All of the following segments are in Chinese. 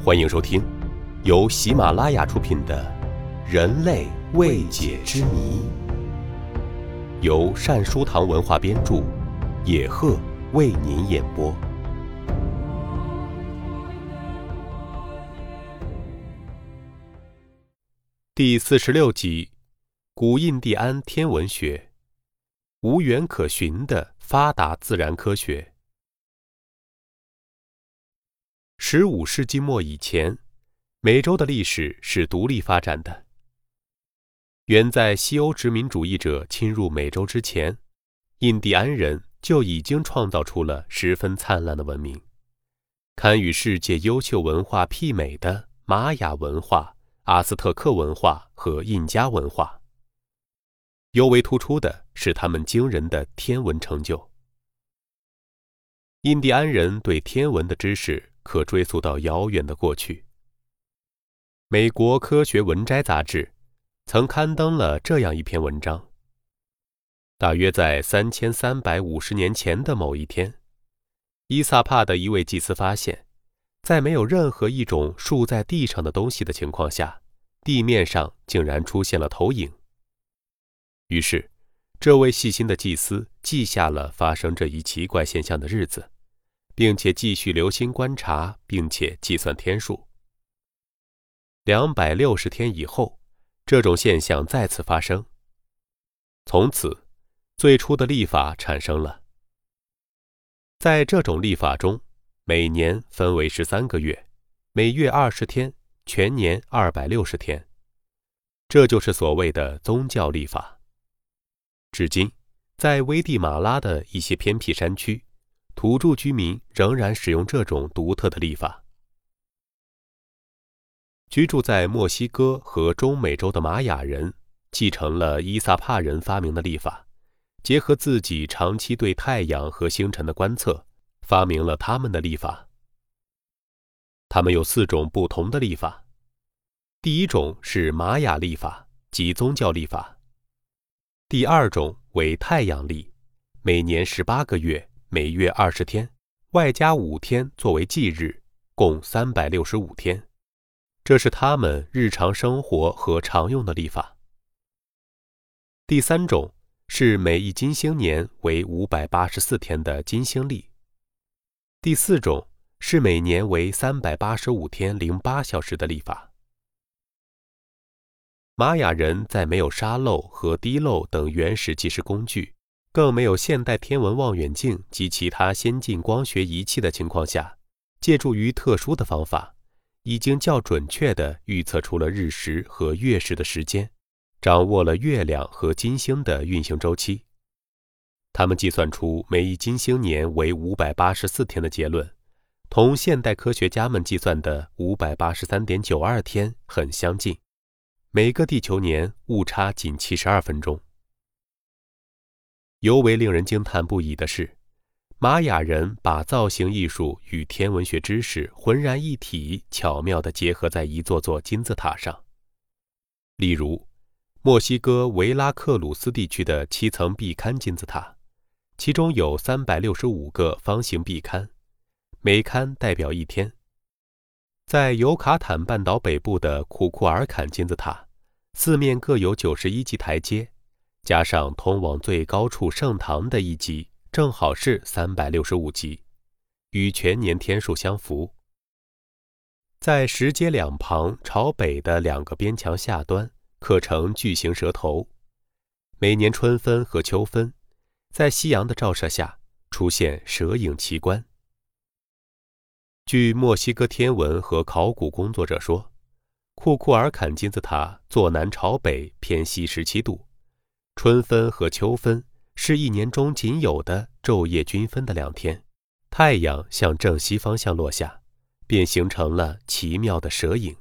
欢迎收听由喜马拉雅出品的《人类未解之谜》，由善书堂文化编著，野鹤为您演播。第46集：古印第安天文学，无源可循的发达自然科学。15世纪末以前，美洲的历史是独立发展的。远在西欧殖民主义者侵入美洲之前，印第安人就已经创造出了十分灿烂的文明，堪与世界优秀文化媲美的玛雅文化、阿斯特克文化和印加文化。尤为突出的是他们惊人的天文成就。印第安人对天文的知识可追溯到遥远的过去。美国科学文摘杂志曾刊登了这样一篇文章：大约在3350年前的某一天，伊萨帕的一位祭司发现，在没有任何一种竖在地上的东西的情况下，地面上竟然出现了投影。于是，这位细心的祭司记下了发生这一奇怪现象的日子，并且继续留心观察，并且计算天数。260天以后，这种现象再次发生。从此，最初的历法产生了。在这种历法中，每年分为13个月，每月20天，全年260天。这就是所谓的宗教历法。至今，在危地马拉的一些偏僻山区，土著居民仍然使用这种独特的历法。居住在墨西哥和中美洲的玛雅人继承了伊萨帕人发明的历法，结合自己长期对太阳和星辰的观测，发明了他们的历法。他们有4种不同的历法。第一种是玛雅历法，即宗教历法。第二种为太阳历，每年18个月，每月20天，外加5天作为忌日，共365天。这是他们日常生活和常用的历法。第三种是每一金星年为584天的金星历。第四种是每年为385天08小时的历法。玛雅人在没有沙漏和滴漏等原始计时工具，更没有现代天文望远镜及其他先进光学仪器的情况下，借助于特殊的方法，已经较准确地预测出了日食和月食的时间，掌握了月亮和金星的运行周期。他们计算出每一金星年为584天的结论，同现代科学家们计算的583.92天很相近，每个地球年误差仅72分钟。尤为令人惊叹不已的是，玛雅人把造型艺术与天文学知识浑然一体，巧妙地结合在一座座金字塔上。例如，墨西哥维拉克鲁斯地区的7层壁龛金字塔，其中有365个方形壁龛，每龛代表1天。在尤卡坦半岛北部的库库尔坎金字塔，四面各有91级台阶，加上通往最高处圣堂的1级，正好是365级，与全年天数相符。在石阶两旁朝北的2个边墙下端刻成巨型蛇头，每年春分和秋分，在夕阳的照射下出现蛇影奇观。据墨西哥天文和考古工作者说，库库尔坎金字塔坐南朝北偏西17度，春分和秋分是一年中仅有的昼夜均分的2天，太阳向正西方向落下，便形成了奇妙的蛇影。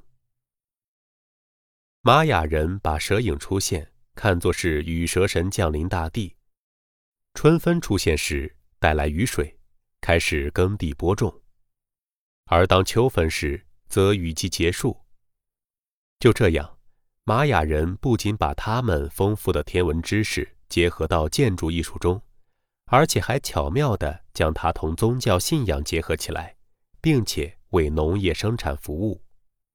玛雅人把蛇影出现看作是羽蛇神降临大地，春分出现时带来雨水，开始耕地播种，而当秋分时则雨季结束。就这样，玛雅人不仅把他们丰富的天文知识结合到建筑艺术中，而且还巧妙地将它同宗教信仰结合起来，并且为农业生产服务。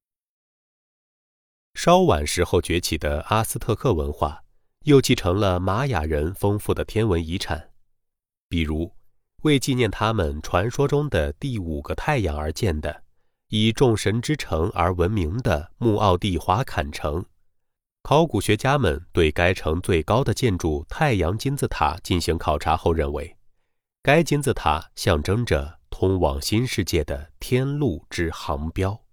稍晚时候崛起的阿斯特克文化又继承了玛雅人丰富的天文遗产，比如为纪念他们传说中的第5个太阳而建的以众神之城而闻名的穆奥蒂华坎城，考古学家们对该城最高的建筑太阳金字塔进行考察后认为，该金字塔象征着通往新世界的天路之航标。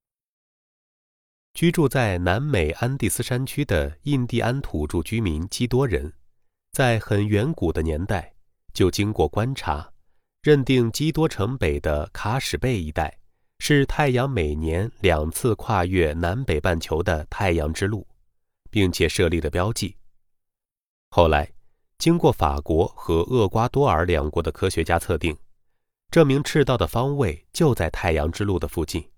居住在南美安第斯山区的印第安土著居民基多人，在很远古的年代就经过观察，认定基多城北的卡史贝一带是太阳每年2次跨越南北半球的太阳之路，并且设立了标记。后来经过法国和厄瓜多尔2国的科学家测定，证明赤道的方位就在太阳之路的附近。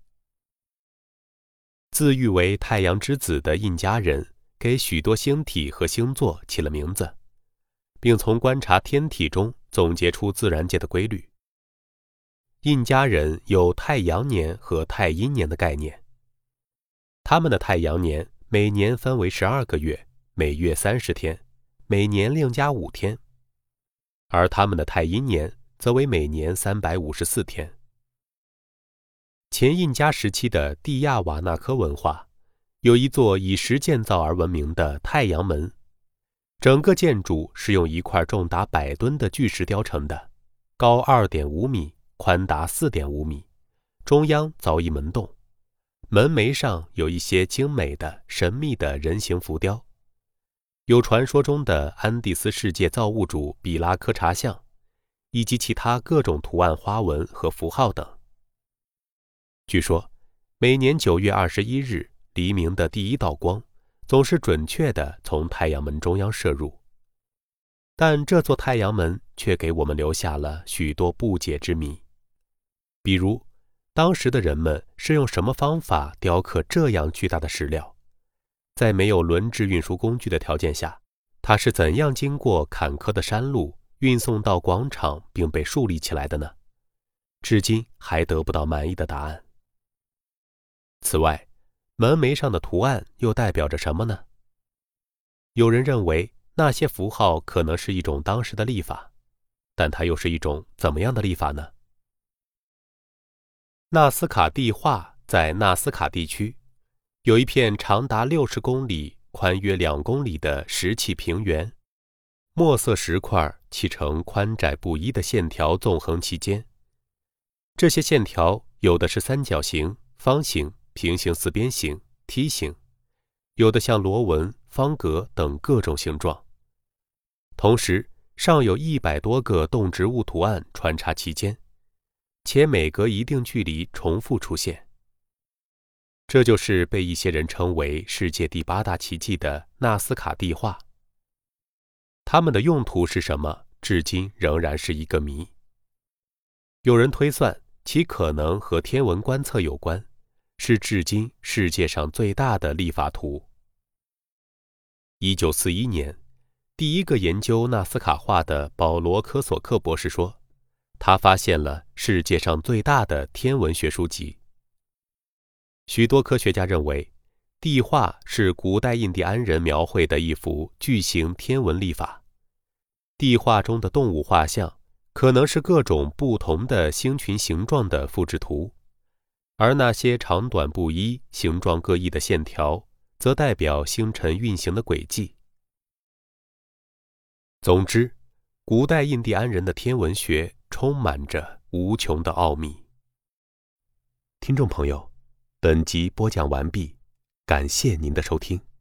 自誉为太阳之子的印加人给许多星体和星座起了名字，并从观察天体中总结出自然界的规律。印加人有太阳年和太阴年的概念，他们的太阳年每年分为12个月，每月30天，每年另加5天，而他们的太阴年则为每年354天。前印加时期的蒂亚瓦纳科文化有一座以石建造而闻名的太阳门，整个建筑是用一块重达100吨的巨石雕成的，高2.5米，宽达4.5米，中央凿一门洞，门楣上有一些精美的神秘的人形浮雕，有传说中的安第斯世界造物主比拉科察像，以及其他各种图案花纹和符号等。据说每年9月21日黎明的第1道光总是准确地从太阳门中央射入，但这座太阳门却给我们留下了许多不解之谜。比如当时的人们是用什么方法雕刻这样巨大的石料，在没有轮制运输工具的条件下，它是怎样经过坎坷的山路运送到广场并被树立起来的呢？至今还得不到满意的答案。此外，门楣上的图案又代表着什么呢？有人认为那些符号可能是一种当时的历法，但它又是一种怎么样的历法呢？纳斯卡地画在纳斯卡地区有一片长达60公里、宽约2公里的石砌平原，墨色石块砌成宽窄不一的线条纵横其间，这些线条有的是三角形、方形、平行四边形、梯形，有的像螺纹、方格等各种形状。同时尚有100多个动植物图案穿插其间，且每隔一定距离重复出现。这就是被一些人称为世界第8大奇迹的纳斯卡地画。它们的用途是什么，至今仍然是一个谜。有人推算其可能和天文观测有关，是至今世界上最大的历法图。1941年，第一个研究纳斯卡画的保罗·科索克博士说，他发现了世界上最大的天文学书籍。许多科学家认为，地画是古代印第安人描绘的一幅巨型天文历法。地画中的动物画像可能是各种不同的星群形状的复制图，而那些长短不一、形状各异的线条则代表星辰运行的轨迹。总之，古代印第安人的天文学充满着无穷的奥秘。听众朋友，本集播讲完毕，感谢您的收听。